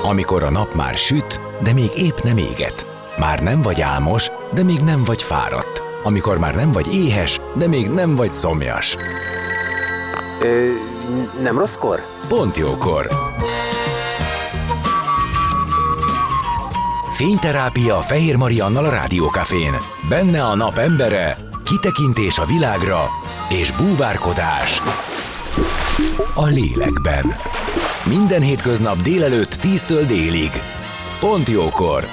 Amikor a nap már süt, de még épp nem éget. Már nem vagy álmos, de még nem vagy fáradt. Amikor már nem vagy éhes, de még nem vagy szomjas. Nem rosszkor? Pont jókor. Fényterápia Fehér Mariannal a Rádiókafén. Benne a nap embere, kitekintés a világra és búvárkodás a lélekben. Minden hétköznap délelőtt 10-től délig. Pont jókor.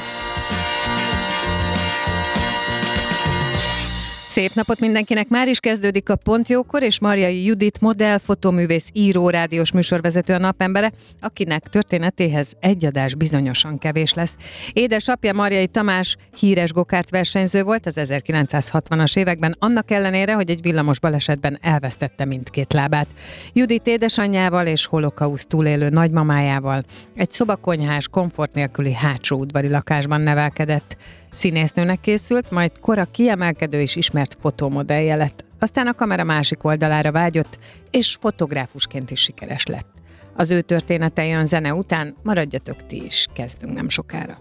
Szép napot mindenkinek! Már is kezdődik a Pont jókor, és Marjai Judit modell, fotóművész, író, rádiós műsorvezető a napembere, akinek történetéhez egy adás bizonyosan kevés lesz. Édesapja Marjai Tamás híres gokárt versenyző volt az 1960-as években, annak ellenére, hogy egy villamos balesetben elvesztette mindkét lábát. Judit édesanyjával és holokauszt túlélő nagymamájával egy szobakonyhás, komfort nélküli hátsó udvari lakásban nevelkedett. Színésznőnek készült, majd kora kiemelkedő és ismert fotómodellje lett. Aztán a kamera másik oldalára vágyott, és fotográfusként is sikeres lett. Az ő története jön zene után, maradjatok ti is, kezdünk nem sokára.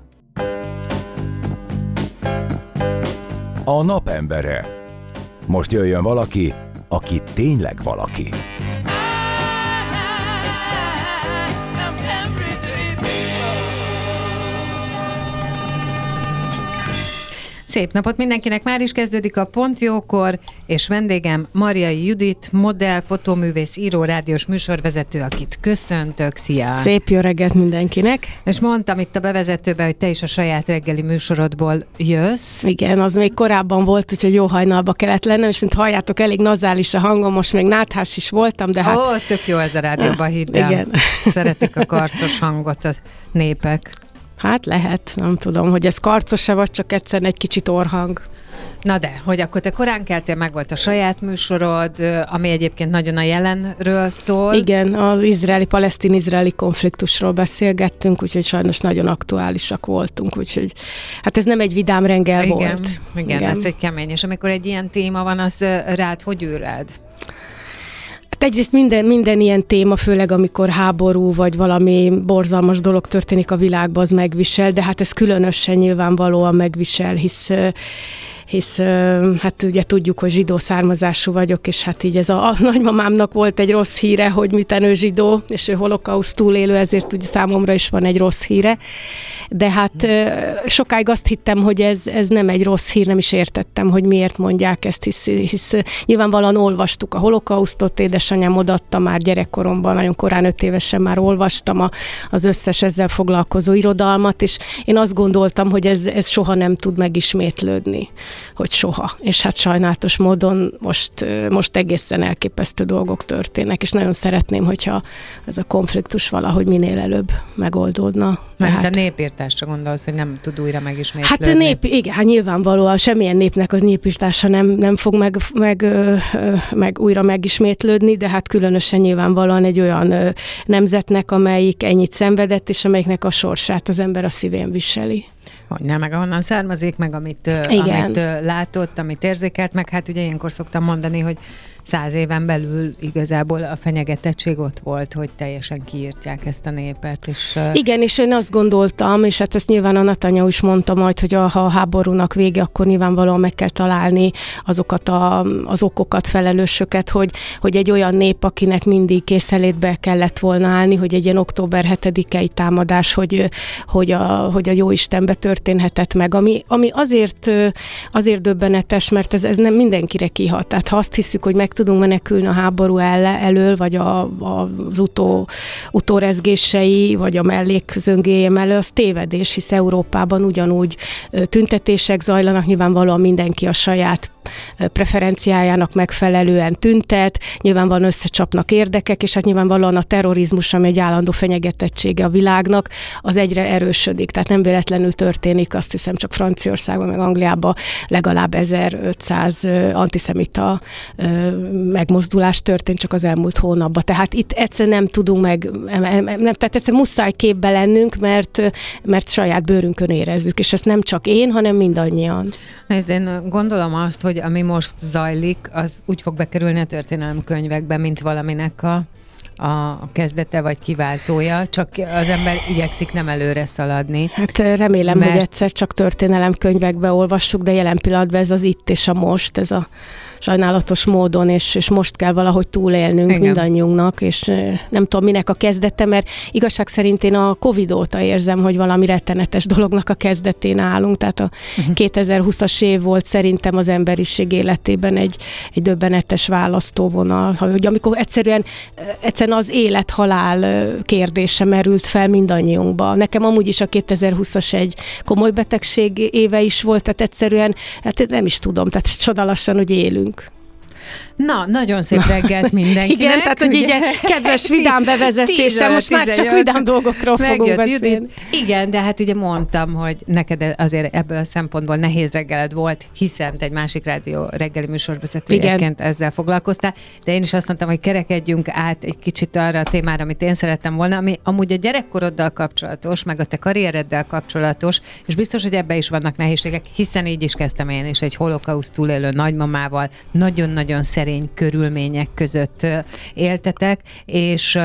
A napembere. Most jöjjön valaki, aki tényleg valaki. Szép napot mindenkinek! Már is kezdődik a Pont jókor, és vendégem Marjai Judit, modell, fotóművész, író, rádiós műsorvezető, akit köszöntök. Szia! Szép jó reggelt mindenkinek! És mondtam itt a bevezetőben, hogy te is a saját reggeli műsorodból jössz. Igen, az még korábban volt, úgyhogy jó hajnalba kellett lennem, és mint halljátok, elég nazális a hangom, most még náthás is voltam, de hát... Ó, tök jó ez a rádióban, hidd el. Igen. Szeretik a karcos hangot a népek. Hát lehet, nem tudom, hogy ez karcos-e, vagy csak egyszerűen egy kicsit orhang. Na de, hogy akkor te korán keltél, meg volt a saját műsorod, ami egyébként nagyon a jelenről szól. Igen, az palesztin-izraeli konfliktusról beszélgettünk, úgyhogy sajnos nagyon aktuálisak voltunk, úgyhogy hát ez nem egy vidám reggel volt. Igen, ez egy kemény. És amikor egy ilyen téma van, az rád hogy ül rád? Hát egyrészt minden ilyen téma, főleg amikor háború vagy valami borzalmas dolog történik a világban, az megvisel, de hát ez különösen nyilvánvalóan megvisel, hisz hát ugye tudjuk, hogy zsidó származású vagyok, és hát így ez a nagymamámnak volt egy rossz híre, hogy miután ő zsidó, és ő holokauszt túlélő, ezért ugye számomra is van egy rossz híre. De hát sokáig azt hittem, hogy ez nem egy rossz hír, nem is értettem, hogy miért mondják ezt, hisz nyilvánvalóan olvastuk a holokausztot, édesanyám odaadta már gyerekkoromban, nagyon korán 5 évesen már olvastam az összes ezzel foglalkozó irodalmat, és én azt gondoltam, hogy ez soha nem tud megismétlődni, hogy soha. És hát sajnálatos módon most egészen elképesztő dolgok történnek, és nagyon szeretném, hogyha ez a konfliktus valahogy minél előbb megoldódna. Mert a népírtásra gondolsz, hogy nem tud újra megismétlődni. Hát igen, hát nyilvánvalóan semmilyen népnek az népírtása nem fog meg újra megismétlődni, de hát különösen nyilvánvalóan egy olyan nemzetnek, amelyik ennyit szenvedett, és amelyiknek a sorsát az ember a szívén viseli. Hogy nem, meg ahonnan származik, meg amit látott, amit érzékelt, meg hát ugye ilyenkor szoktam mondani, hogy 100 éven belül igazából a fenyegetettség ott volt, hogy teljesen kiírtják ezt a népet. És, igen, és én azt gondoltam, és hát ezt nyilván a Netanyahu is mondta majd, hogy ha a háborúnak vége, akkor nyilvánvalóan meg kell találni azokat az okokat, felelősöket, hogy egy olyan nép, akinek mindig készenlétbe kellett volna állni, hogy egy ilyen október 7-i támadás, hogy a Jóistenbe történhet meg, ami azért döbbenetes, mert ez nem mindenkire kihat. Tehát ha azt hiszük, hogy meg tudunk menekülni a háború elől, vagy az utórezgései, vagy a mellékzöngéje mellől, az tévedés, hisz Európában ugyanúgy tüntetések zajlanak, nyilvánvalóan mindenki a saját preferenciájának megfelelően tüntet, nyilvánvalóan összecsapnak érdekek, és hát nyilvánvalóan a terrorizmus, ami egy állandó fenyegetettsége a világnak, az egyre erősödik. Tehát nem véletlenül történik, azt hiszem csak Franciaországban, meg Angliában legalább 1500 antiszemita megmozdulás történt csak az elmúlt hónapban. Tehát itt egyszerűen nem tudunk tehát egyszerűen muszáj képbe lennünk, mert saját bőrünkön érezzük, és ezt nem csak én, hanem mindannyian. Én gondolom azt, hogy ami most zajlik, az úgy fog bekerülni a történelemkönyvekbe, mint valaminek a a kezdete vagy kiváltója, csak az ember igyekszik nem előre szaladni. Hát remélem, hogy egyszer csak történelemkönyvekbe olvassuk, de jelen pillanatban ez az itt és a most, ez a sajnálatos módon, és most kell valahogy túlélnünk. Igen. Mindannyiunknak, és nem tudom, minek a kezdete, mert igazság szerint én a Covid óta érzem, hogy valami rettenetes dolognak a kezdetén állunk, tehát a 2020-as év volt szerintem az emberiség életében egy döbbenetes választóvonal, hogy amikor egyszerűen az élet-halál kérdése merült fel mindannyiunkba. Nekem amúgy is a 2020-as egy komoly betegség éve is volt, tehát egyszerűen, hát nem is tudom, tehát csodalassan, hogy élünk. Na, nagyon szép reggelt mindenkinek. Igen, tehát, hogy így kedves vidám bevezetése, most már csak vidám dolgokról fogunk beszélni. Judit. Igen, de hát ugye mondtam, hogy neked azért ebből a szempontból nehéz reggeled volt, hiszen te egy másik rádió reggeli műsorvezetőjeként ezzel foglalkoztál, de én is azt mondtam, hogy kerekedjünk át egy kicsit arra a témára, amit én szerettem volna, ami amúgy a gyerekkoroddal kapcsolatos, meg a te karriereddel kapcsolatos, és biztos, hogy ebben is vannak nehézségek, hiszen így is kezdtem én is egy holokauszt túlélő nagymamával, nagyon-nagyon szerény körülmények között éltetek, és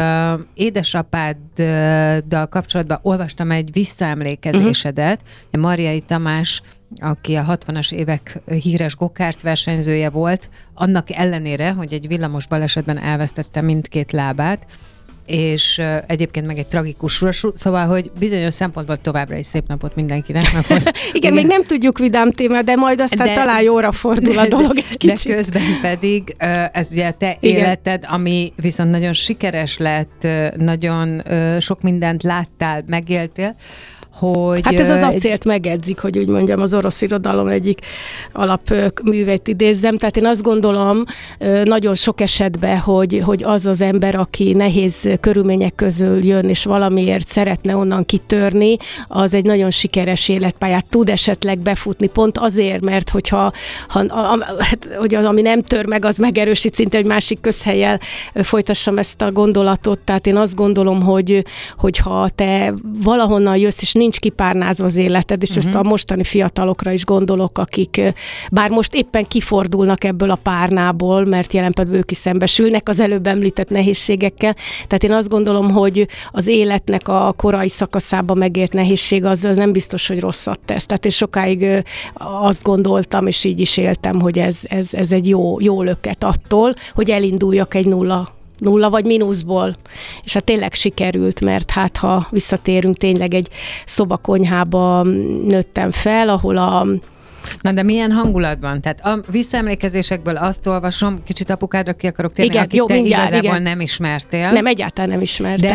édesapáddal kapcsolatban olvastam egy visszaemlékezésedet. Marjai Tamás, aki a 60-as évek híres gokárt versenyzője volt, annak ellenére, hogy egy villamos balesetben elvesztette mindkét lábát, és egyébként meg egy tragikus sorsú, szóval, hogy bizonyos szempontból továbbra is szép napot mindenkinek. Igen, még nem tudjuk vidám témát, de majd aztán talán jóra fordul a dolog egy kicsit. De közben pedig ez ugye a te életed, ami viszont nagyon sikeres lett, nagyon sok mindent láttál, megéltél, hogy... Hát ez az acélt megedzik, hogy úgy mondjam, az orosz irodalom egyik alapművét idézzem. Tehát én azt gondolom nagyon sok esetben, hogy az az ember, aki nehéz körülmények közül jön, és valamiért szeretne onnan kitörni, az egy nagyon sikeres életpályát tud esetleg befutni, pont azért, mert hogy az, ami nem tör meg, az megerősít, szinte egy másik közhellyel folytassam ezt a gondolatot. Tehát én azt gondolom, hogy ha te valahonnan jössz, és nincs kipárnázva az életed, és ezt a mostani fiatalokra is gondolok, akik bár most éppen kifordulnak ebből a párnából, mert jelen pillanatban ők is szembesülnek az előbb említett nehézségekkel. Tehát én azt gondolom, hogy az életnek a korai szakaszában megért nehézség az nem biztos, hogy rosszat tesz. Tehát én sokáig azt gondoltam, és így is éltem, hogy ez egy jó löket attól, hogy elinduljak egy nulla vagy mínuszból. És hát tényleg sikerült, mert hát ha visszatérünk, tényleg egy szobakonyhába nőttem fel, ahol Na de milyen hangulatban? Tehát a visszaemlékezésekből azt olvasom, kicsit apukádra ki akarok térni, igen, akit jó, te mindjárt, igazából nem ismertél. Nem, egyáltalán nem ismertem.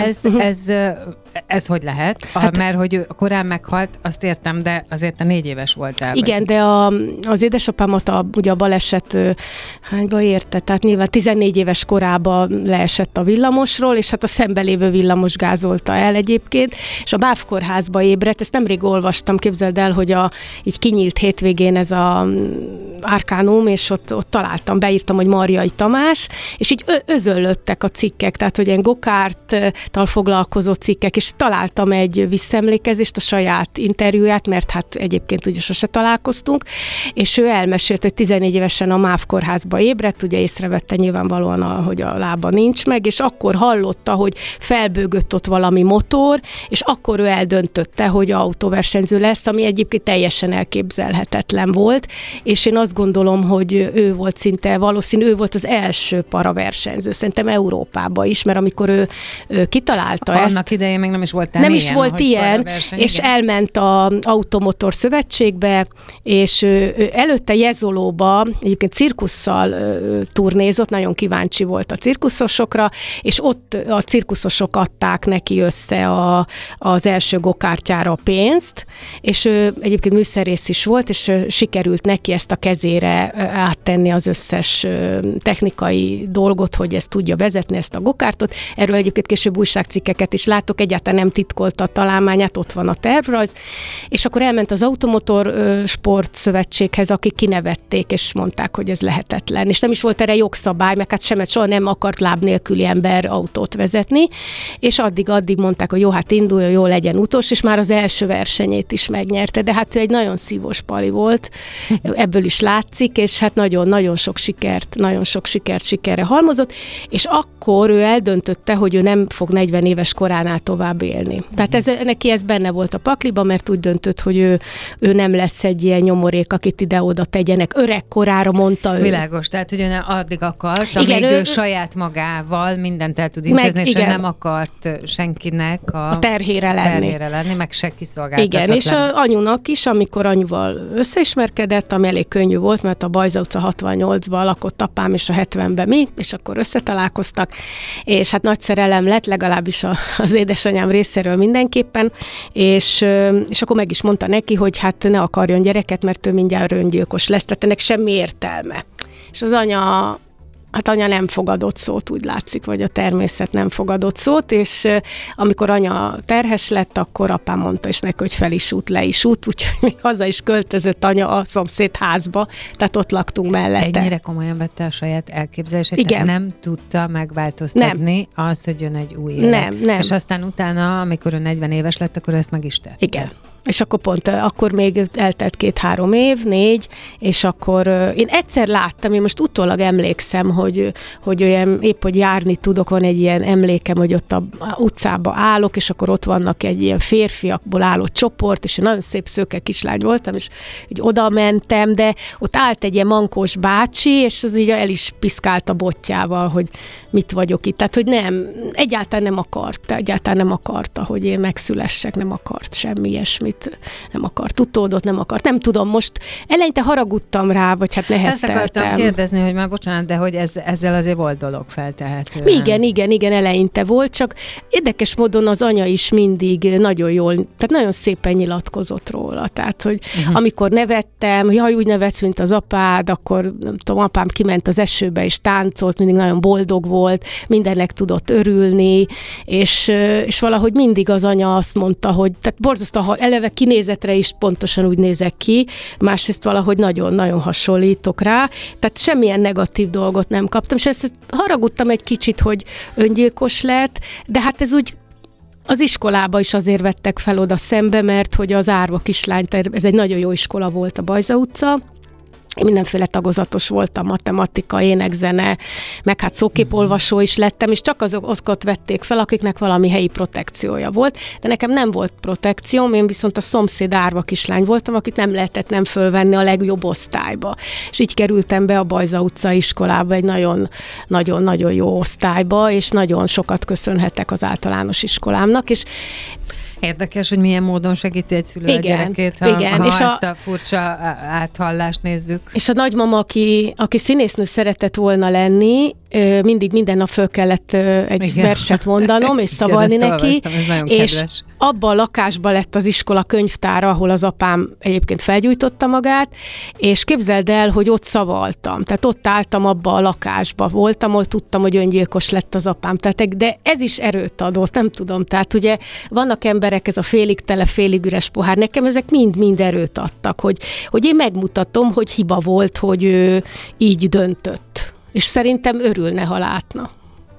De ez hogy lehet? Mert hogy ő korán meghalt, azt értem, de azért te 4 éves voltál. Igen, de az édesapámat ugye a baleset hányba érte? Tehát nyilván 14 éves korában leesett a villamosról, és hát a szembelévő villamos gázolta el egyébként, és a bábkórházba ébredt, ezt nemrég olvastam, képzeld el, hogy így kinyílt hétvégén ez a Arkánum, és ott találtam, beírtam, hogy Marjai Tamás, és így özöllöttek a cikkek, tehát hogy ilyen gokárttal foglalkozó cikkek, és találtam egy visszaemlékezést, a saját interjúját, mert hát egyébként ugye sose találkoztunk, és ő elmesélt, hogy 14 évesen a MÁV kórházba ébredt, ugye észrevette nyilvánvalóan, hogy a lába nincs meg, és akkor hallotta, hogy felbőgött ott valami motor, és akkor ő eldöntötte, hogy autóversenyző lesz, ami egyébként teljesen elképzelhetetlen volt, és én azt gondolom, hogy ő volt szinte, valószínű ő volt az első paraversenyző, szerintem Európában is, mert amikor ő kitalálta ezt. Annak idején még nem is volt nem is volt ilyen, és igen. Elment az Automotor Szövetségbe, és ő előtte Jezolóba egyébként cirkusszal turnézott, nagyon kíváncsi volt a cirkuszosokra, és ott a cirkuszosok adták neki össze az első gokártyára a pénzt, és ő egyébként műszerész is volt, és sikerült neki ezt a kezére áttenni az összes technikai dolgot, hogy ezt tudja vezetni, ezt a gokártot. Erről egyébként később újságcikkeket is látok, egyáltalán nem titkolta a találmányát, ott van a tervrajz, és akkor elment az Automotor Sportszövetséghez, akik kinevették, és mondták, hogy ez lehetetlen. És nem is volt erre jogszabály, meg hát Semet soha nem akart láb nélküli ember autót vezetni, és addig mondták, hogy jó, hát induljon, jó legyen utolsó, és már az első versenyét is megnyerte, de hát ő egy nagyon szívós pali volt, ebből is látszik, és hát nagyon-nagyon sok sikert sikerre halmozott, és akkor ő eldöntötte, hogy ő nem fog 40 éves koránál tovább élni. Tehát neki ez benne volt a pakliba, mert úgy döntött, hogy ő nem lesz egy ilyen nyomorék, akit ide-oda tegyenek. Öreg korára mondta ő. Világos, tehát hogy ő addig akart, amíg ő saját magával mindent el tud intézni, és ő nem akart senkinek a terhére lenni, meg se kiszolgáltatatlan. Igen, és anyunak is, amikor anyuval összeismerkedett, ami elég könnyű volt, mert a Bajza utca 68-ban lakott apám, és a 70-ben mi, és akkor összetalálkoztak, és hát nagy szerelem lett, legalábbis az édesanyám részéről mindenképpen, és akkor meg is mondta neki, hogy hát ne akarjon gyereket, mert ő mindjárt öngyilkos lesz, tehát ennek semmi értelme. És az anya nem fogadott szót, úgy látszik, vagy a természet nem fogadott szót, és amikor anya terhes lett, akkor apám mondta is neki, hogy fel is út, le is út, úgyhogy még haza is költözött anya a szomszéd házba, tehát ott laktunk mellette. Ennyire komolyan vette a saját elképzelését, igen. Tehát nem tudta megváltoztatni azt, hogy jön egy új élet. Nem. És aztán utána, amikor ő 40 éves lett, akkor ezt meg is tette. Igen. És akkor még eltelt 2-3 év, 4, és akkor én egyszer láttam, én most utólag emlékszem, hogy olyan épp, hogy járni tudok, van egy ilyen emlékem, hogy ott a utcába állok, és akkor ott vannak egy ilyen férfiakból álló csoport, és én nagyon szép szőke kislány voltam, és így oda mentem, de ott állt egy ilyen mankós bácsi, és az így el is piszkált a botjával, hogy mit vagyok itt. Tehát, hogy egyáltalán nem akarta, hogy én megszülessek, nem akart semmi ilyesmit. Nem akart, utódot nem akart. Nem tudom, most eleinte haragudtam rá, vagy hát nehezteltem. Ezt akartam kérdezni, hogy már bocsánat, de hogy ezzel azért volt dolog feltehetően. Igen, eleinte volt, csak érdekes módon az anya is mindig nagyon jól, tehát nagyon szépen nyilatkozott róla. Tehát, hogy amikor nevettem, hogy úgy nevetsz, mint az apád, akkor nem tudom, apám kiment az esőbe és táncolt, mindig nagyon boldog volt, mindennek tudott örülni, és valahogy mindig az anya azt mondta, hogy tehát borzasztó, eleve kinézetre is pontosan úgy nézek ki, másrészt valahogy nagyon-nagyon hasonlítok rá, tehát semmilyen negatív dolgot nem kaptam, és ezt haragudtam egy kicsit, hogy öngyilkos lett, de hát ez úgy az iskolába is azért vettek fel oda szembe, mert hogy az Árva kislány, ez egy nagyon jó iskola volt a Bajza utca, én mindenféle tagozatos voltam, matematika, énekzene, meg hát szóképolvasó is lettem, és csak azokat vették fel, akiknek valami helyi protekciója volt, de nekem nem volt protekcióm, én viszont a szomszéd Árva kislány voltam, akit nem lehetett nem fölvenni a legjobb osztályba. És így kerültem be a Bajza utca iskolába, egy nagyon-nagyon jó osztályba, és nagyon sokat köszönhetek az általános iskolámnak, és érdekes, hogy milyen módon segíti egy szülő a gyerekét, ha és ezt a furcsa áthallást nézzük. És a nagymama, aki színésznő szeretett volna lenni, mindig minden nap föl kellett egy verset mondanom, és szavalni neki, és abban a lakásban lett az iskola könyvtára, ahol az apám egyébként felgyújtotta magát, és képzeld el, hogy ott szavaltam. Tehát ott álltam, abba a lakásba voltam, ahol tudtam, hogy öngyilkos lett az apám. Tehát, de ez is erőt adott, nem tudom. Tehát ugye vannak emberek, ez a félig tele, félig üres pohár. Nekem ezek mind erőt adtak, hogy én megmutatom, hogy hiba volt, hogy ő így döntött. És szerintem örülne, ha látna.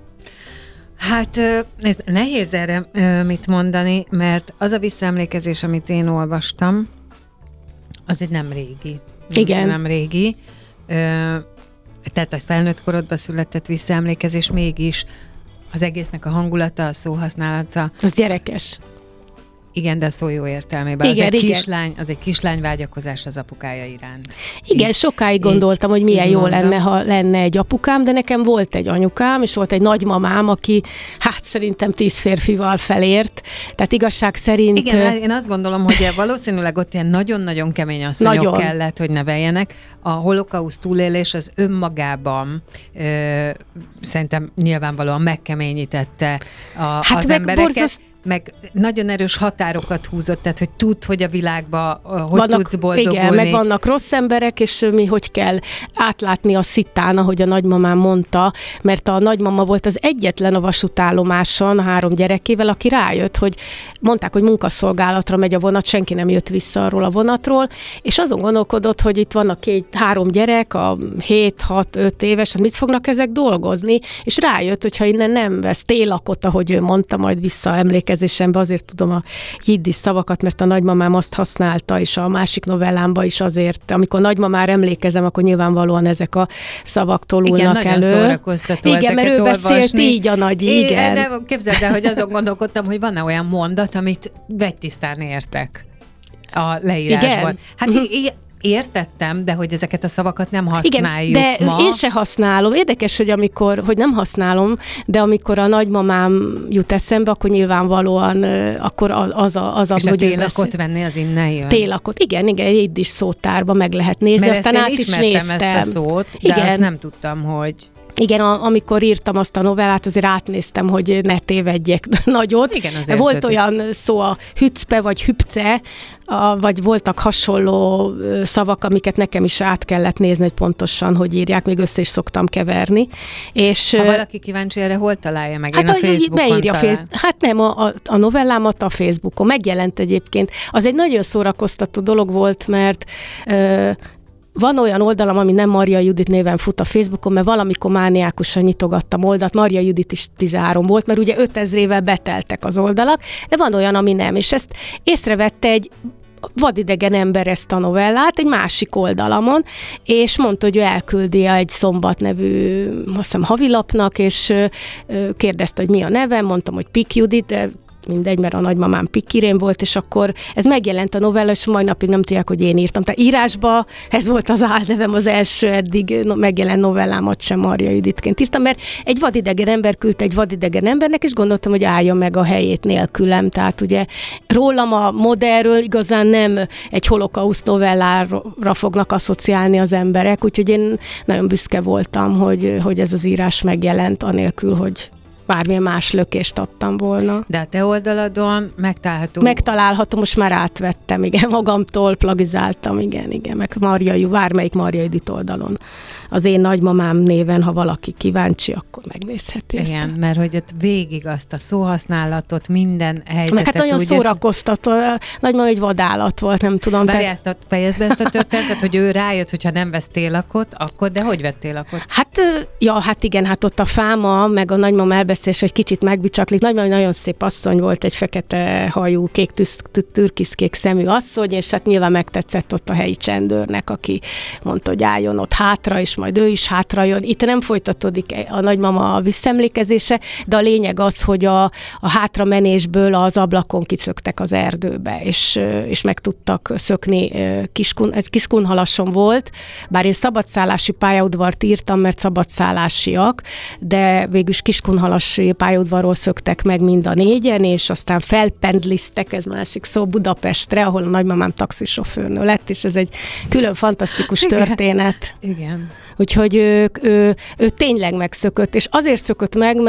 Hát ez nehéz erre mit mondani, mert az a visszaemlékezés, amit én olvastam, az egy nem régi. Igen. Nem régi. Tehát a felnőtt korodba született visszaemlékezés mégis az egésznek a hangulata, a szóhasználata. Az gyerekes. Igen, de a szó jó értelmében. Igen, az egy kislány vágyakozás az apukája iránt. Igen, sokáig gondoltam, hogy milyen jó lenne, ha lenne egy apukám, de nekem volt egy anyukám, és volt egy nagymamám, aki hát szerintem 10 férfival felért. Tehát igazság szerint... Igen, én azt gondolom, hogy valószínűleg ott ilyen nagyon-nagyon kemény asszonyok kellett, hogy neveljenek. A holokauszt túlélés az önmagában szerintem nyilvánvalóan megkeményítette az embereket. Meg nagyon erős határokat húzott, tehát hogy tudd, hogy a világban tudsz boldogulni. Igen, meg vannak rossz emberek, és mi hogy kell átlátni a szitán, ahogy a nagymamám mondta, mert a nagymama volt az egyetlen a vasútállomáson 3 gyerekével, aki rájött, hogy mondták, hogy munkaszolgálatra megy a vonat, senki nem jött vissza arról a vonatról, és azon gondolkodott, hogy itt vannak 3 gyerek, a 7-6-5 éves, mit fognak ezek dolgozni, és rájött, hogyha innen nem vesz télakot, ahogy ő mondta, majd visszaemlékezik visszaemlékezésemben azért tudom a jiddisz szavakat, mert a nagymamám azt használta, és a másik novellámban is azért. Amikor nagymamára emlékezem, akkor nyilvánvalóan ezek a szavak tolulnak elő. Igen, nagyon szórakoztató igen, mert ő beszélt így a Nagyi, igen. Nem, képzeld el, hogy azon gondolkodtam, hogy van-e olyan mondat, amit vegytisztán értek a leírásban. Igen? Hát értettem, de hogy ezeket a szavakat nem használjuk. Igen, de ma. Én se használom. Érdekes, hogy nem használom, de amikor a nagymamám jut eszembe, akkor nyilvánvalóan akkor az, és hogy a télakot venni, az innen jön. Télakot, igen, itt is szótárba meg lehet nézni, mert aztán át is néztem. Ezt a szót, de igen. azt nem tudtam, hogy... Igen, amikor írtam azt a novellát, azért átnéztem, hogy ne tévedjek nagyot. Igen, volt olyan szó, a hücpe vagy hüpce, vagy voltak hasonló szavak, amiket nekem is át kellett nézni, hogy pontosan, hogy írják, még össze is szoktam keverni. És, ha valaki kíváncsi erre, hol találja meg? Hát én a Facebookon hát nem, a novellámat a Facebookon. Megjelent egyébként. Az egy nagyon szórakoztató dolog volt, mert van olyan oldalam, ami nem Marjai Judit néven fut a Facebookon, mert valamikor mániákusan nyitogattam oldalt, Marjai Judit is 13 volt, mert ugye 5000-ével beteltek az oldalak, de van olyan, ami nem, és ezt észrevette egy vadidegen ember ezt a novellát egy másik oldalamon, és mondta, hogy ő elküldi egy Szombat nevű, azt hiszem, havilapnak, és kérdezte, hogy mi a nevem, mondtam, hogy Pik Judit, de mindegy, mert a nagymamám Pikirén volt, és akkor ez megjelent a novella, és mai napig nem tudják, hogy én írtam. Tehát írásba ez volt az álnevem, az első eddig megjelent novellámat sem Marjai Juditként írtam, mert egy vadidegen ember küldte egy vadidegen embernek, és gondoltam, hogy álljon meg a helyét nélkülem. Tehát ugye rólam a modellről igazán nem egy holokauszt novellára fognak asszociálni az emberek, úgyhogy én nagyon büszke voltam, hogy ez az írás megjelent, anélkül, hogy bármilyen más lökést adtam volna. De a te oldaladon megtalálható? Megtalálható, most már átvettem, igen, magamtól plagizáltam, igen, meg bármelyik Marjai Judit oldalon. Az én nagymamám néven, ha valaki kíváncsi, akkor megnézheti ezt. Igen, mert hogy ott végig azt a szóhasználatot, minden helyzetet. Meg hát nagyon szórakoztató, nagymamám egy vadállat volt, nem tudom. Fejezd be ezt a történetet, hogy ő rájött, hogyha nem vesz télakot, akkor de hogy vett télakot? Hát igen, hát ott a fáma, meg a nagymam elbeszélés egy kicsit megbicsaklik. Nagymam nagyon szép asszony volt, egy fekete hajú, kék türkiszkék szemű asszony, és hát nyilván megtetszett ott a helyi csendőrnek, aki mondta, hogy álljon ott hátra, és majd ő is hátra jön. Itt nem folytatódik a nagymama visszaemlékezése, de a lényeg az, hogy a hátra menésből az ablakon kiszöktek az erdőbe, és meg tudtak szökni. Ez Kiskunhalason volt, bár én szabadszállási pályaudvart írtam, mert szabadszállásiak, de végülis Kiskunhalasi pályaudvarról szöktek meg mind a négyen, és aztán felpendliztek, ez másik szó, Budapestre, ahol a nagymamám taxisofőrnő lett, és ez egy külön fantasztikus történet. Igen. Úgyhogy ő tényleg megszökött, és azért szökött meg,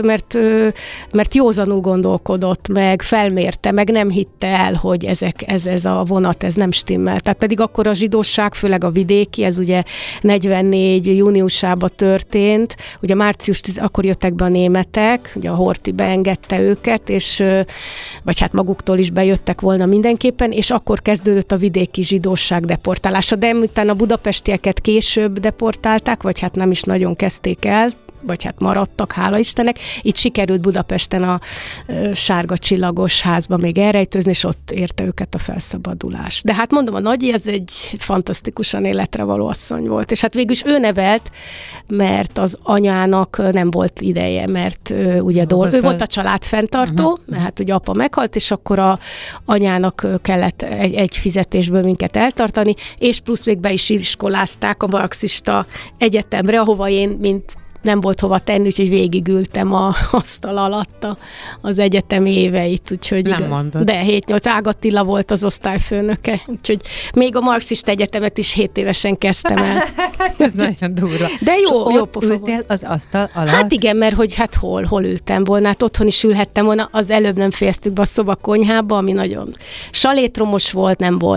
mert józanul gondolkodott meg, felmérte, meg nem hitte el, hogy ez a vonat, ez nem stimmel. Tehát pedig akkor a zsidóság, főleg a vidéki, ez ugye 44. júniusában történt, ugye március 10, akkor jöttek be a németek, ugye a Horthy beengedte őket, és vagy hát maguktól is bejöttek volna mindenképpen, és akkor kezdődött a vidéki zsidóság deportálása, de miután a budapestieket később deportálták, vagy hát nem is nagyon kezdték el, vagy hát maradtak, hála Istennek. Itt sikerült Budapesten a sárga csillagos házba még elrejtőzni, és ott érte őket a felszabadulás. De hát mondom, a Nagyi ez egy fantasztikusan életre való asszony volt, és hát végül is ő nevelt, mert az anyának nem volt ideje, mert ugye ő volt a családfenntartó, mert hát ugye apa meghalt, és akkor a anyának kellett egy fizetésből minket eltartani, és plusz még be is iskolázták a marxista egyetemre, ahova én, mint nem volt hova tenni, úgyhogy végigültem a asztal alatt az egyetem éveit. Úgyhogy nem mondod. De 7-8 Ág Attila volt az osztályfőnöke, úgyhogy még a marxista egyetemet is 7 évesen kezdtem el. Ez nagyon durva. De jó pofa ültél volt. az asztal alatt? Hát igen, mert hogy hát hol ültem volna, hát otthon is ülhettem volna, az előbb nem fejeztük be a szoba konyhába, ami nagyon salétromos volt,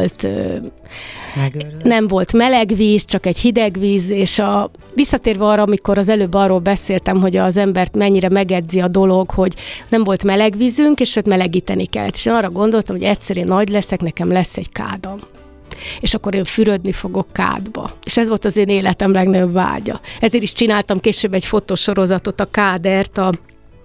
nem volt meleg víz, csak egy hideg víz, és visszatérve arra, amikor az előbb arról beszéltem, hogy az embert mennyire megedzi a dolog, hogy nem volt meleg vízünk, és őt melegíteni kellett. És én arra gondoltam, hogy egyszer én nagy leszek, nekem lesz egy kádam. És akkor én fürödni fogok kádba. És ez volt az én életem legnagyobb vágya. Ezért is csináltam később egy fotósorozatot, a Kádert,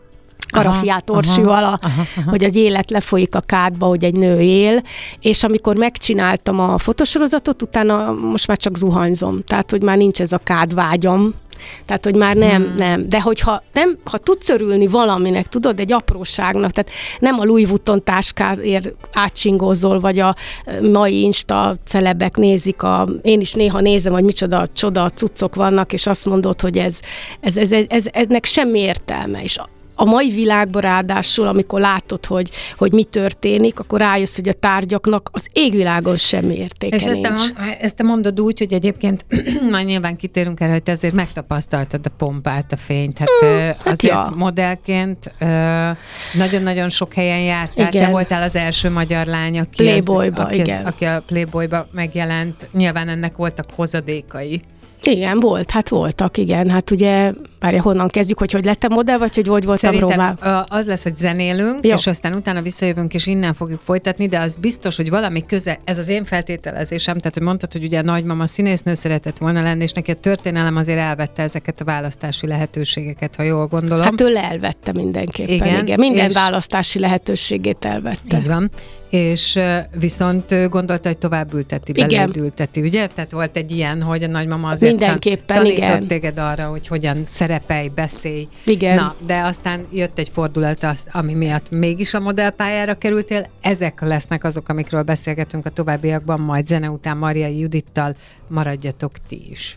karafiát orsival, hogy az élet lefolyik a kádba, hogy egy nő él, és amikor megcsináltam a fotosorozatot, utána most már csak zuhanyzom, tehát hogy már nincs ez a kádvágyam, tehát, hogy már nem. De hogyha ha tudsz örülni valaminek, tudod, egy apróságnak, tehát nem a Louis Vuitton táskáért átsingózol, vagy a mai Insta celebek nézik, én is néha nézem, hogy micsoda csoda cuccok vannak, és azt mondod, hogy eznek semmi értelme, és a mai világban ráadásul, amikor látod, hogy mi történik, akkor rájössz, hogy a tárgyaknak az égvilágon semmi értéke és nincs. Ezt te mondod úgy, hogy egyébként majd nyilván kitérünk erre, hogy te azért megtapasztaltad a pompát, a fényt. Azért modellként nagyon-nagyon sok helyen jártál. Igen. Te voltál az első magyar lány, aki a Playboyba megjelent. Nyilván ennek voltak hozadékai. Igen, voltak, igen. Hát ugye, várja, honnan kezdjük, hogy lettem modell, vagy hogy voltam Szerintem Rómában? az lesz, hogy zenélünk, és aztán utána visszajövünk, és innen fogjuk folytatni, de az biztos, hogy valami ez az én feltételezésem, tehát hogy mondtad, hogy ugye a nagymama színésznő szeretett volna lenni, és neki a történelem azért elvette ezeket a választási lehetőségeket, ha jól gondolom. Hát ő elvette mindenképpen, igen. Minden választási lehetőségét elvette. Így van. És viszont gondolta, hogy tovább ülteti, beléd ülteti, ugye? Tehát volt egy ilyen, hogy a nagymama azért tanított téged arra, hogy hogyan szerepelj, beszélj. Igen. Na, de aztán jött egy fordulat, ami miatt mégis a modellpályára kerültél. Ezek lesznek azok, amikről beszélgetünk a továbbiakban, majd zene után Marjai Judittal. Maradjatok ti is.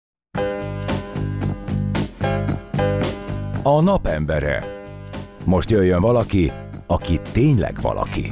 A napembere. Most jöjjön valaki, aki tényleg valaki.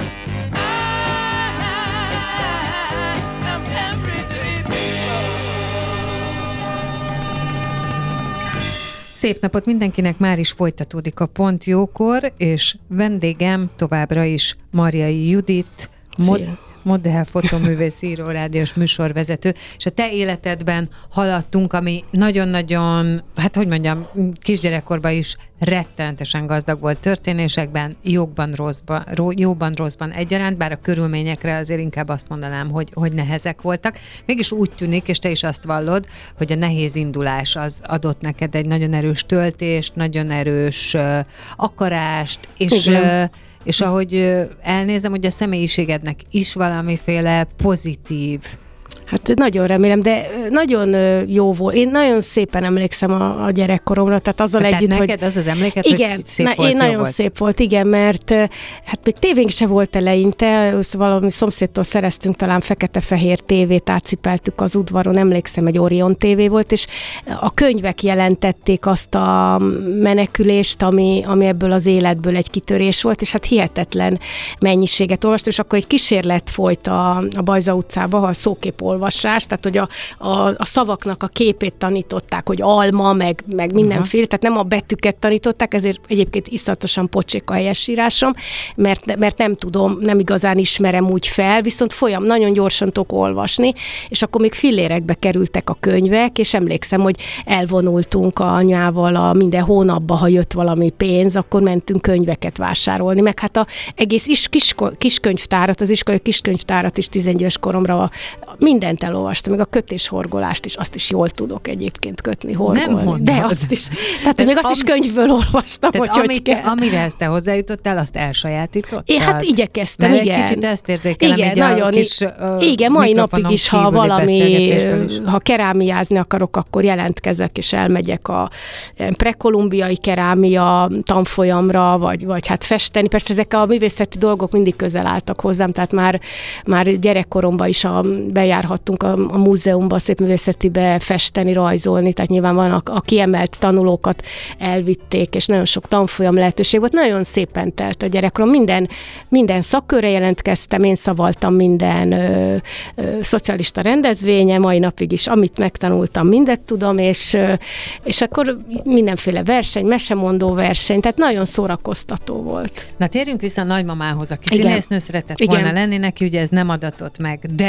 Szép napot mindenkinek, már is folytatódik a Pont Jókor, és vendégem továbbra is Marjai Judit, modell, fotoművész, író, rádiós műsorvezető, és a te életedben haladtunk, ami nagyon-nagyon, hát hogy mondjam, kisgyerekkorban is rettenetesen gazdag volt történésekben, jóban, rosszban egyaránt, bár a körülményekre azért inkább azt mondanám, hogy nehezek voltak. Mégis úgy tűnik, és te is azt vallod, hogy a nehéz indulás az adott neked egy nagyon erős töltést, nagyon erős akarást, és ahogy elnézem, hogy a személyiségednek is valamiféle pozitív. Hát nagyon remélem, de nagyon jó volt. Én nagyon szépen emlékszem a gyerekkoromra, tehát azzal együtt, neked hogy... neked az emléket, igen, hogy szép volt, én nagyon volt. Szép volt, igen, mert hát még tévénk se volt eleinte, valami szomszédtól szereztünk talán fekete-fehér tévét, átcipeltük az udvaron, emlékszem, egy Orion tévé volt, és a könyvek jelentették azt a menekülést, ami ebből az életből egy kitörés volt, és hát hihetetlen mennyiséget olvastam, és akkor egy kísérlet folyt a Bajza utcába, ha a szókép olvasás, tehát hogy a szavaknak a képét tanították, hogy alma, meg mindenféle, tehát nem a betűket tanították, ezért egyébként iszonyatosan pocsék a helyesírásom, mert nem tudom, nem igazán ismerem úgy fel, viszont nagyon gyorsan tudok olvasni, és akkor még fillérekbe kerültek a könyvek, és emlékszem, hogy elvonultunk a anyával minden hónapban, ha jött valami pénz, akkor mentünk könyveket vásárolni, meg hát egész kiskönyvtárat, az iskolai kiskönyvtárat is 11 éves koromra mindent elolvastam, még a kötéshorgolást is, azt is jól tudok egyébként kötni, horgolni. De azt is. Tehát még azt is könyvből olvastam, hogy kell. Amire ezt te hozzájutottál, azt elsajátítottad? Én hát igyekeztem, mert igen. Egy kicsit ezt érzékelem, igen, nagyon, igen, mai napig is, ha ha kerámiázni akarok, akkor jelentkezek, és elmegyek a prekolumbiai kerámia tanfolyamra, vagy hát festeni. Persze ezek a művészeti dolgok mindig közel álltak hozzám, tehát már gyerekkoromban is bejárhattunk a múzeumba, a szépművészetibe festeni, rajzolni, tehát nyilván vannak a kiemelt tanulókat elvitték, és nagyon sok tanfolyam lehetőség volt. Nagyon szépen telt a gyerekkorom. Minden szakkörre jelentkeztem, én szavaltam minden szocialista rendezvénye, mai napig is, amit megtanultam, mindet tudom, és akkor mindenféle verseny, mesemondó verseny, tehát nagyon szórakoztató volt. Na térjünk vissza a nagymamához, aki színésznő szeretett volna lenni, neki ugye ez nem adatott meg, de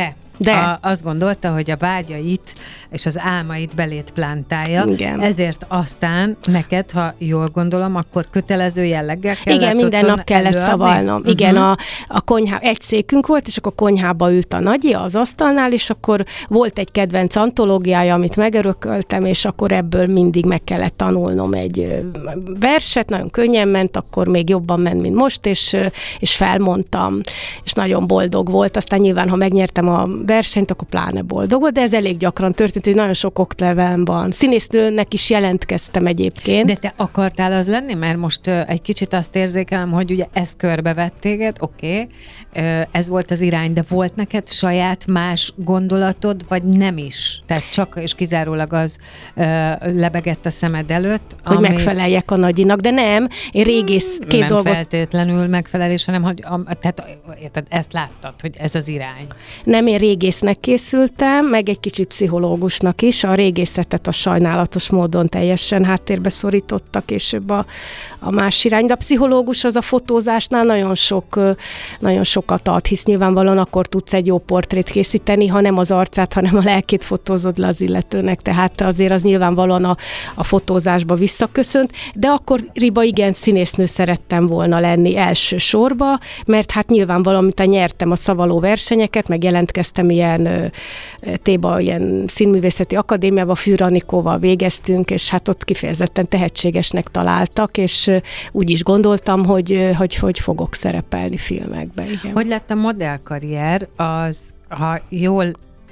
De. Azt gondolta, hogy a vágyait és az álmait belét plántálja. Igen. Ezért aztán neked, ha jól gondolom, akkor kötelező jelleggel kellett. Igen, minden nap kellett előadni? szavalnom. Igen, a konyhá, egy székünk volt, és akkor a konyhába ült a nagyi az asztalnál, és akkor volt egy kedvenc antológiája, amit megörököltem, és akkor ebből mindig meg kellett tanulnom egy verset, nagyon könnyen ment, akkor még jobban ment, mint most, és felmondtam, és nagyon boldog volt. Aztán nyilván, ha megnyertem a versenyt, akkor pláne boldog volt, de ez elég gyakran történt, hogy nagyon sok oklevelem van. Színésznőnek is jelentkeztem egyébként. De te akartál az lenni? Mert most egy kicsit azt érzékelem, hogy ugye ezt körbevett téged, oké, ez volt az irány, de volt neked saját más gondolatod, vagy nem is? Tehát csak és kizárólag az lebegett a szemed előtt, hogy megfeleljek a nagyinak, de nem, én régész két dolgot... Nem feltétlenül megfelelés, hanem hogy tehát érted, ezt láttad, hogy ez az irány. Nem, én régésznek készültem, meg egy kicsit pszichológusnak is. A régészetet a sajnálatos módon teljesen háttérbe szorította később a más irány. De a pszichológus az a fotózásnál nagyon sokat ad, hisz nyilvánvalóan akkor tudsz egy jó portrét készíteni, ha nem az arcát, hanem a lelkét fotózod le az illetőnek. Tehát azért az nyilvánvalóan a fotózásba visszaköszönt, de akkoriban igen, színésznő szerettem volna lenni első sorba, mert hát nyilvánvalóan, mint nyertem a szavaló versenyeket, meg jelentkeztem ilyen ilyen színművészeti akadémiába, Fűr Anikóval végeztünk, és hát ott kifejezetten tehetségesnek találtak, és úgy is gondoltam, hogy fogok szerepelni filmekben. Igen. Hogy lett a modellkarrier, az, ha jól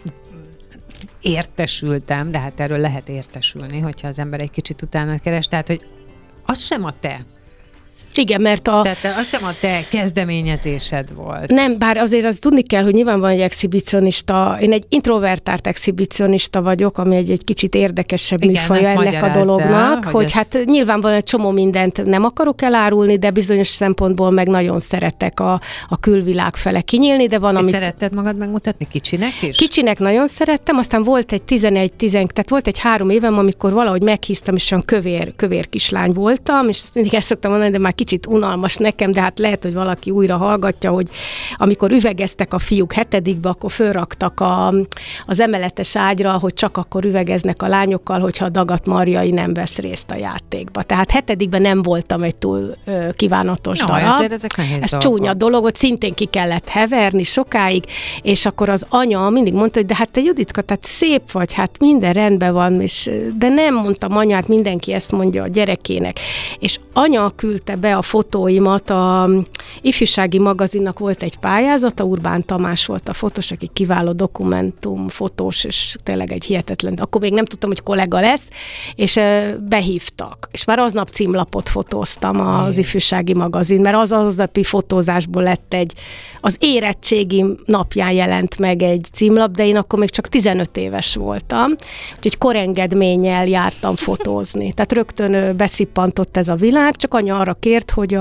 értesültem, de hát erről lehet értesülni, hogyha az ember egy kicsit utána keres, tehát, hogy az sem a te. Igen, mert Tehát az sem a te kezdeményezésed volt. Nem, bár azért az tudni kell, hogy nyilván van egy exhibicionista, én egy introvertált exhibicionista vagyok, ami egy kicsit érdekesebb műfaja ennek a dolognak, hogy hát nyilvánvalóan egy csomó mindent nem akarok elárulni, de bizonyos szempontból meg nagyon szeretek a külvilág fele kinyílni, de van, amit... Szeretted magad megmutatni kicsinek is? Kicsinek nagyon szerettem, aztán volt egy 11, tehát volt egy 3 évem, amikor valahogy meghíztam, és olyan kövér kislány voltam, és ezt mindig el szoktam mondani, de már kicsit unalmas nekem, de hát lehet, hogy valaki újra hallgatja, hogy amikor üvegeztek a fiúk 7-be, akkor fölraktak az emeletes ágyra, hogy csak akkor üvegeznek a lányokkal, hogyha a Dagat Marjai nem vesz részt a játékba. Tehát 7-ben nem voltam egy túl kívánatos darab. Ez csúnya dolog, hogy szintén ki kellett heverni sokáig, és akkor az anya mindig mondta, hogy de hát te Juditka, tehát szép vagy, hát minden rendben van, de nem mondtam anyát, mindenki ezt mondja a gyerekének. És anya küldte be a fotóimat, a ifjúsági magazinnak volt egy pályázata, Urbán Tamás volt a fotós, aki kiváló dokumentum fotós, és tényleg egy hihetetlen, akkor még nem tudtam, hogy kollega lesz, és behívtak. És már aznap címlapot fotóztam az ifjúsági magazin, mert az aznapi fotózásból lett az érettségi napján jelent meg egy címlap, de én akkor még csak 15 éves voltam, úgyhogy korengedménnyel jártam fotózni. Tehát rögtön beszippantott ez a világ, csak anya arra kért, hogy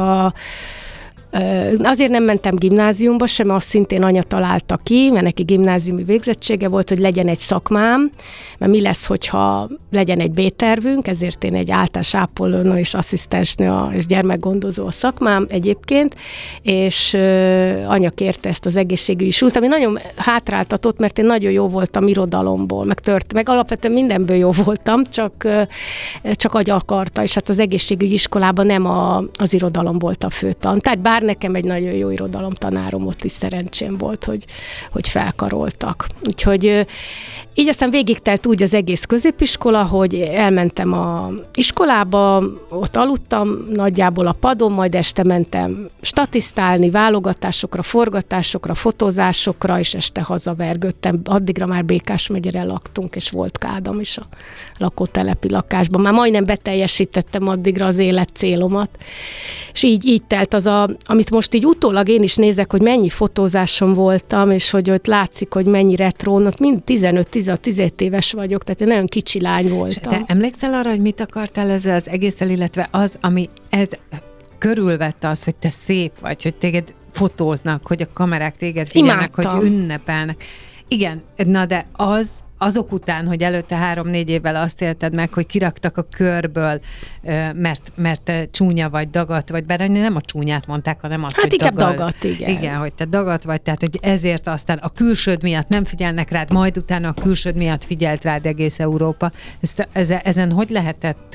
azért nem mentem gimnáziumba sem, azt szintén anya találta ki, mert neki gimnáziumi végzettsége volt, hogy legyen egy szakmám, mert mi lesz, hogyha legyen egy B-tervünk, ezért én egy általános ápolónő és asszisztensnő és gyermekgondozó a szakmám egyébként, és anya kérte ezt az egészségügyi súlyt, ami nagyon hátráltatott, mert én nagyon jó voltam irodalomból, meg alapvetően mindenből jó voltam, csak agy akarta, és hát az egészségügyi iskolában nem az irodalom volt a főtan. Tehát bár nekem egy nagyon jó irodalomtanárom ott is szerencsém volt, hogy felkaroltak. Úgyhogy így aztán végigtelt úgy az egész középiskola, hogy elmentem a iskolába, ott aludtam nagyjából a padon, majd este mentem statisztálni, válogatásokra, forgatásokra, fotózásokra, és este hazavergődtem. Addigra már Békás megyere laktunk, és volt kádam is a lakótelepi lakásban. Már majdnem beteljesítettem addigra az élet célomat. És így telt az amit most így utólag én is nézek, hogy mennyi fotózásom voltam, és hogy ott látszik, hogy mennyi retrón, ott mind 15-17 éves vagyok, tehát én nagyon kicsi lány voltam. Te emlékszel arra, hogy mit akartál ezzel az egésszel, illetve az, ami ez körülvette az, hogy te szép vagy, hogy téged fotóznak, hogy a kamerák téged figyelnek, hogy ünnepelnek. Igen, na de az azok után, hogy előtte 3-4 évvel azt élted meg, hogy kiraktak a körből, mert csúnya vagy, dagat vagy, bár nem a csúnyát mondták, hanem azt, hogy dagat, igen. Igen, hogy te dagat vagy, tehát hogy ezért aztán a külsőd miatt nem figyelnek rád, majd utána a külsőd miatt figyelt rád egész Európa. Ezen hogy lehetett?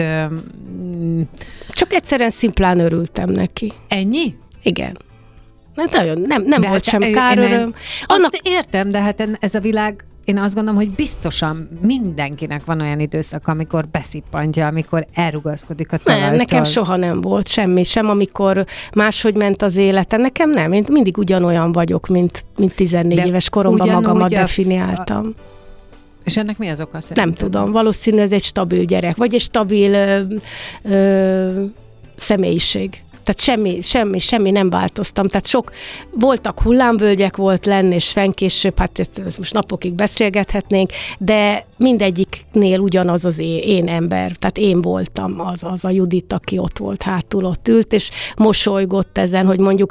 Csak egyszerűen szimplán örültem neki. Ennyi? Igen. Nagyon, nem volt sem káröröm. Azt értem, de hát ez a világ, én azt gondolom, hogy biztosan mindenkinek van olyan időszak, amikor beszippantja, amikor elrugaszkodik a talajtól. Nem, nekem soha nem volt semmi, sem amikor máshogy ment az életem. Nekem nem, én mindig ugyanolyan vagyok, mint 14 éves koromban magamat definiáltam. És ennek mi az oka szerintem? Nem tudom, valószínű ez egy stabil gyerek, vagy egy stabil személyiség. Tehát semmi nem változtam. Tehát voltak hullámvölgyek, volt lenn és fenn később, hát ezt most napokig beszélgethetnénk, de mindegyiknél ugyanaz az én ember. Tehát én voltam az a Judit, aki ott volt, hátul ott ült, és mosolygott ezen, hogy mondjuk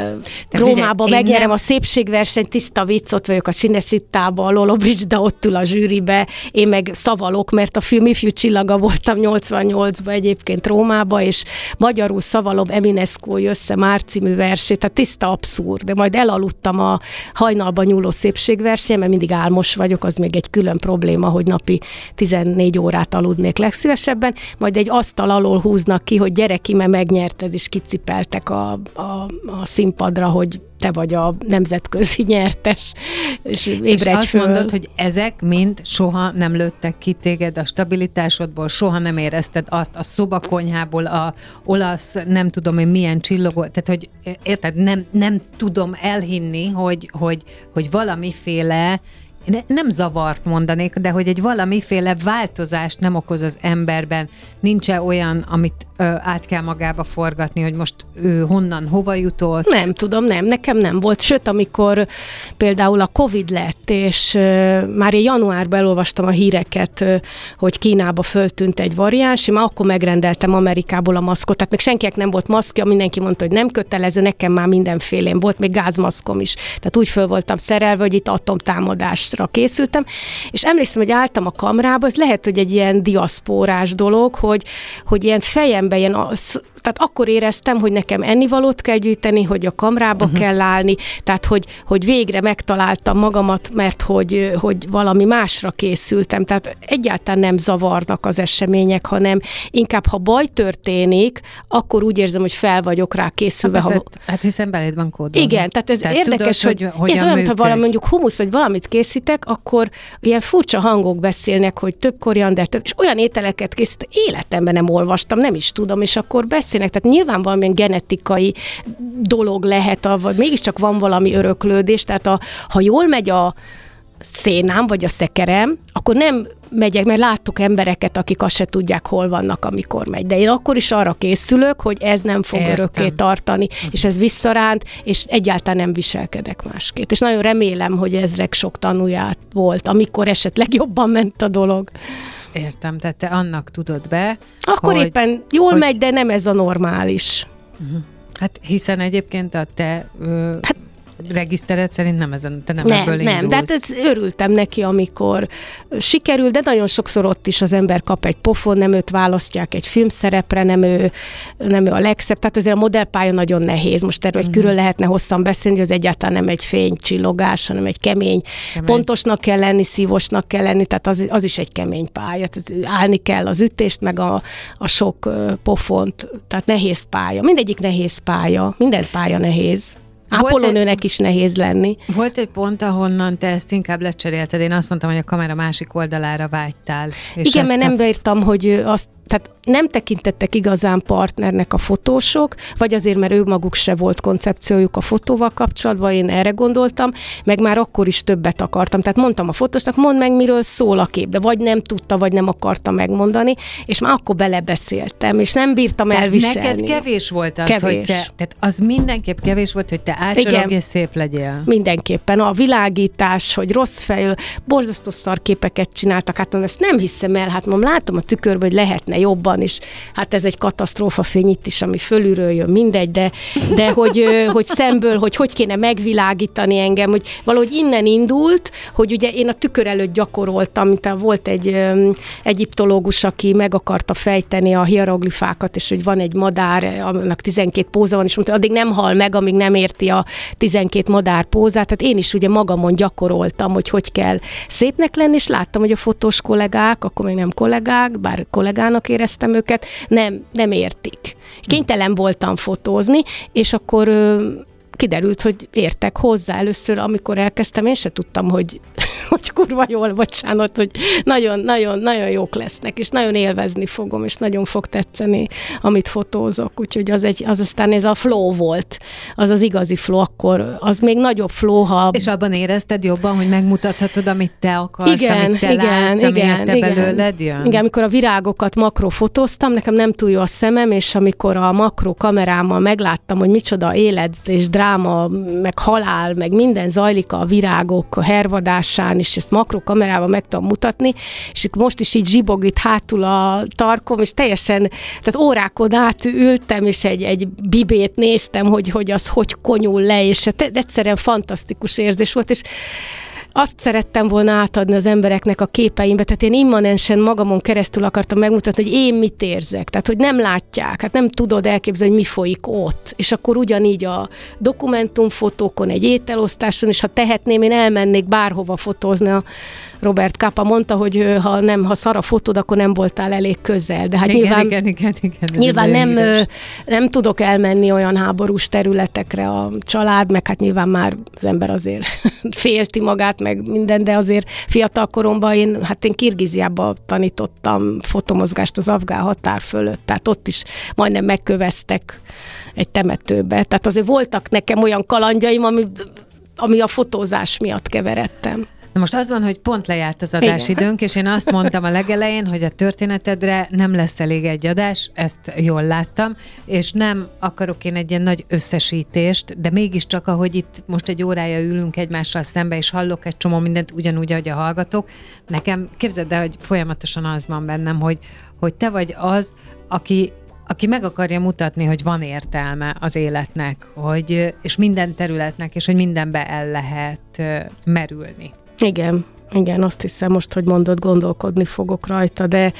Rómában megnyerem a szépségversenyt, tiszta vicc, ott vagyok a Cinecittában, a Lollobrigida ott ül a zsűribe, én meg szavalok, mert a film ifjú csillaga voltam 88-ban egyébként Rómába, és magyarul szavalom Eminescu Jössze Már című versét, tehát tiszta abszurd, de majd elaludtam a hajnalba nyúló szépségversenyen, mert mindig álmos vagyok, az még egy külön probléma, hogy napi 14 órát aludnék legszívesebben, majd egy asztal alól húznak ki, hogy gyere ki, mert megnyerted, és kicipeltek a színpadra, hogy te vagy a nemzetközi nyertes, és ébredj föl. És azt mondod, hogy ezek mind soha nem lőttek ki téged a stabilitásodból, soha nem érezted azt a szobakonyhából, a olasz, nem tudom én milyen csillogó, tehát hogy érted, nem tudom elhinni, hogy valamiféle, nem zavart mondanék, de hogy egy valamiféle változást nem okoz az emberben. Nincs-e olyan, amit át kell magába forgatni, hogy most ő honnan, hova jutott? Nem tudom, nekem nem volt. Sőt, amikor például a Covid lett, és már én januárban elolvastam a híreket, hogy Kínába föltűnt egy variáns, én már akkor megrendeltem Amerikából a maszkot, tehát még senkinek nem volt maszkja, mindenki mondta, hogy nem kötelező, nekem már mindenfélén volt, még gázmaszkom is. Tehát úgy föl voltam szerelve, hogy itt atomtámadásra készültem, és emlékszem, hogy álltam a kamrába, ez lehet, hogy egy ilyen diaszpórás dolog, hogy ilyen fejemben tehát akkor éreztem, hogy nekem ennivalót kell gyűjteni, hogy a kamrába kell állni, tehát hogy végre megtaláltam magamat, mert hogy valami másra készültem. Tehát egyáltalán nem zavarnak az események, hanem inkább, ha baj történik, akkor úgy érzem, hogy fel vagyok rá készülve. Hát hiszen beléd van kódolva. Igen, tehát ez érdekes, tudod, hogy ez olyan, ha valami mondjuk humusz, vagy valamit készítek, akkor ilyen furcsa hangok beszélnek, hogy több koriander, és olyan ételeket készítek, életemben nem olvastam, nem is tudom, és akkor beszélnek. Tehát nyilván valamilyen genetikai dolog lehet, vagy mégiscsak van valami öröklődés, tehát ha jól megy a szénám, vagy a szekerem, akkor nem megyek, mert láttok embereket, akik azt se tudják, hol vannak, amikor megy. De én akkor is arra készülök, hogy ez nem fog örökké tartani, és ez visszaránt, és egyáltalán nem viselkedek másképp. És nagyon remélem, hogy ezrek sok tanúját volt, amikor esetleg jobban ment a dolog. Értem, tehát te annak tudod be, akkor hogy, éppen jól megy, de nem ez a normális. Hát hiszen egyébként a te regisztered szerint nem ezen, te nem ebből indulsz. Nem, de hát örültem neki, amikor sikerül, de nagyon sokszor ott is az ember kap egy pofon, nem őt választják egy filmszerepre, nem ő a legszebb. Tehát azért a modellpálya nagyon nehéz. Most erről egy külön lehetne hosszan beszélni, hogy az egyáltalán nem egy fénycsillogás, hanem egy kemény. Pontosnak kell lenni, szívosnak kell lenni, tehát az is egy kemény pálya. Tehát állni kell az ütést, meg a sok pofont. Tehát nehéz pálya. Mindegyik nehéz pálya. Minden pálya nehéz. Ápolónőnek is nehéz lenni. Volt egy pont, ahonnan te ezt inkább lecserélted. Én azt mondtam, hogy a kamera másik oldalára vágytál. És igen, mert nem bírtam, hogy tehát nem tekintettek igazán partnernek a fotósok, vagy azért, mert ők maguk se volt koncepciójuk a fotóval kapcsolatban, én erre gondoltam, meg már akkor is többet akartam. Tehát mondtam a fotósnak, mondd meg, miről szól a kép, de vagy nem tudta, vagy nem akarta megmondani, és már akkor belebeszéltem, és nem bírtam elviselni. Neked kevés volt az, hogy tehát az mindenképp kevés volt, hogy te ácsorogj és szép legyél. Mindenképpen. A világítás, hogy rossz fejül, borzasztó szarképeket csináltak, hát ezt nem hiszem el, hát mondom, látom a tükörbe, hogy lehetne jobban is, hát ez egy katasztrófa fény itt is, ami fölülről jön, mindegy, de hogy szemből, hogy kéne megvilágítani engem, hogy valahogy innen indult, hogy ugye én a tükör előtt gyakoroltam, mint volt egy egyiptológus, aki meg akarta fejteni a hieroglifákat, és hogy van egy madár, annak 12 póza van, és mondta, addig nem hal meg, amíg nem érti a 12 madár pózát. Tehát én is ugye magamon gyakoroltam, hogy kell szépnek lenni, és láttam, hogy a fotós kollégák, akkor még nem kollégák, bár kollégának éreztem őket, nem értik. Kénytelen voltam fotózni, és akkor kiderült, hogy értek hozzá. Először, amikor elkezdtem, én se tudtam, hogy kurva jól, bocsánat, hogy nagyon jók lesznek, és nagyon élvezni fogom, és nagyon fog tetszeni, amit fotózok. Úgyhogy az aztán ez a flow volt, az igazi flow, akkor az még nagyobb flow, ha... És abban érezted jobban, hogy megmutathatod, amit te akarsz, amit te látsz, amit te belőled jön? Igen, amikor a virágokat makrofotóztam, nekem nem túl jó a szemem, és amikor a makro kamerámmal megláttam, hogy micsoda élet és dráma, meg halál, meg minden zajlik a virágok a hervadásán, és ezt makrokamerával meg tudom mutatni, és most is így zsibog itt hátul a tarkom, és teljesen, tehát órákon át ültem, és egy bibét néztem, hogy az hogy konyul le, és egyszerűen fantasztikus érzés volt, és azt szerettem volna átadni az embereknek a képeimbe, tehát én immanensen magamon keresztül akartam megmutatni, hogy én mit érzek, tehát hogy nem látják, hát nem tudod elképzelni, hogy mi folyik ott. És akkor ugyanígy a dokumentumfotókon, egy ételosztáson, és ha tehetném, én elmennék bárhova fotózni. A Robert Capa mondta, hogy ha szar a fotód, akkor nem voltál elég közel. De hát igen, nyilván nem tudok elmenni olyan háborús területekre a család, meg hát nyilván már az ember azért félti magát, meg minden, de azért fiatal koromban én Kirgiziában tanítottam fotomozgást az afgán határ fölött, tehát ott is majdnem megköveztek egy temetőbe. Tehát azért voltak nekem olyan kalandjaim, ami a fotózás miatt keveredtem. Na most az van, hogy pont lejárt az adásidőnk, és én azt mondtam a legelején, hogy a történetedre nem lesz elég egy adás, ezt jól láttam, és nem akarok én egy ilyen nagy összesítést, de mégiscsak, ahogy itt most egy órája ülünk egymással szembe, és hallok egy csomó mindent ugyanúgy, ahogy a hallgatók, nekem képzeld el, hogy folyamatosan az van bennem, hogy te vagy az, aki meg akarja mutatni, hogy van értelme az életnek, és minden területnek, és hogy mindenbe el lehet merülni. Igen, azt hiszem most, hogy mondod, gondolkodni fogok rajta, de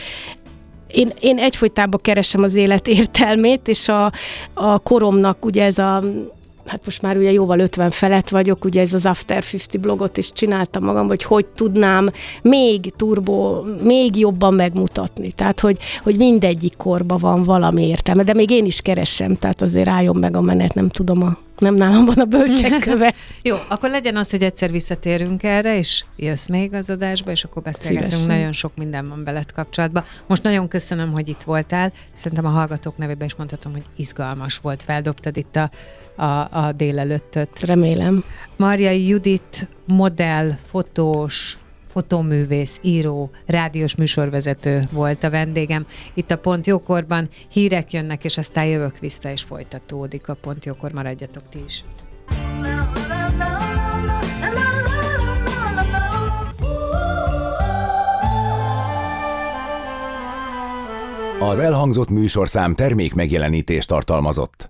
én egyfolytában keresem az élet értelmét, és a koromnak ugye ez hát most már ugye jóval 50 felett vagyok, ugye ez az After 50 blogot is csináltam magam, hogy tudnám még jobban megmutatni. Tehát, hogy mindegyik korban van valami értelme, de még én is keresem, tehát azért álljon meg a menet, nem nálam van a bölcsekköve. Jó, akkor legyen az, hogy egyszer visszatérünk erre, és jössz még az adásba, és akkor beszélgetünk. Szívesen. Nagyon sok minden van veled kapcsolatban. Most nagyon köszönöm, hogy itt voltál. Szerintem a hallgatók nevében is mondhatom, hogy izgalmas volt. Feldobtad itt a délelőttöt. Remélem. Marjai Judit modell, fotós, fotóművész, író, rádiós műsorvezető volt a vendégem. Itt a Pont Jókorban hírek jönnek, és aztán jövök vissza, és folytatódik a Pont Jókor. Maradjatok ti is. Az elhangzott műsorszám termék megjelenítést tartalmazott.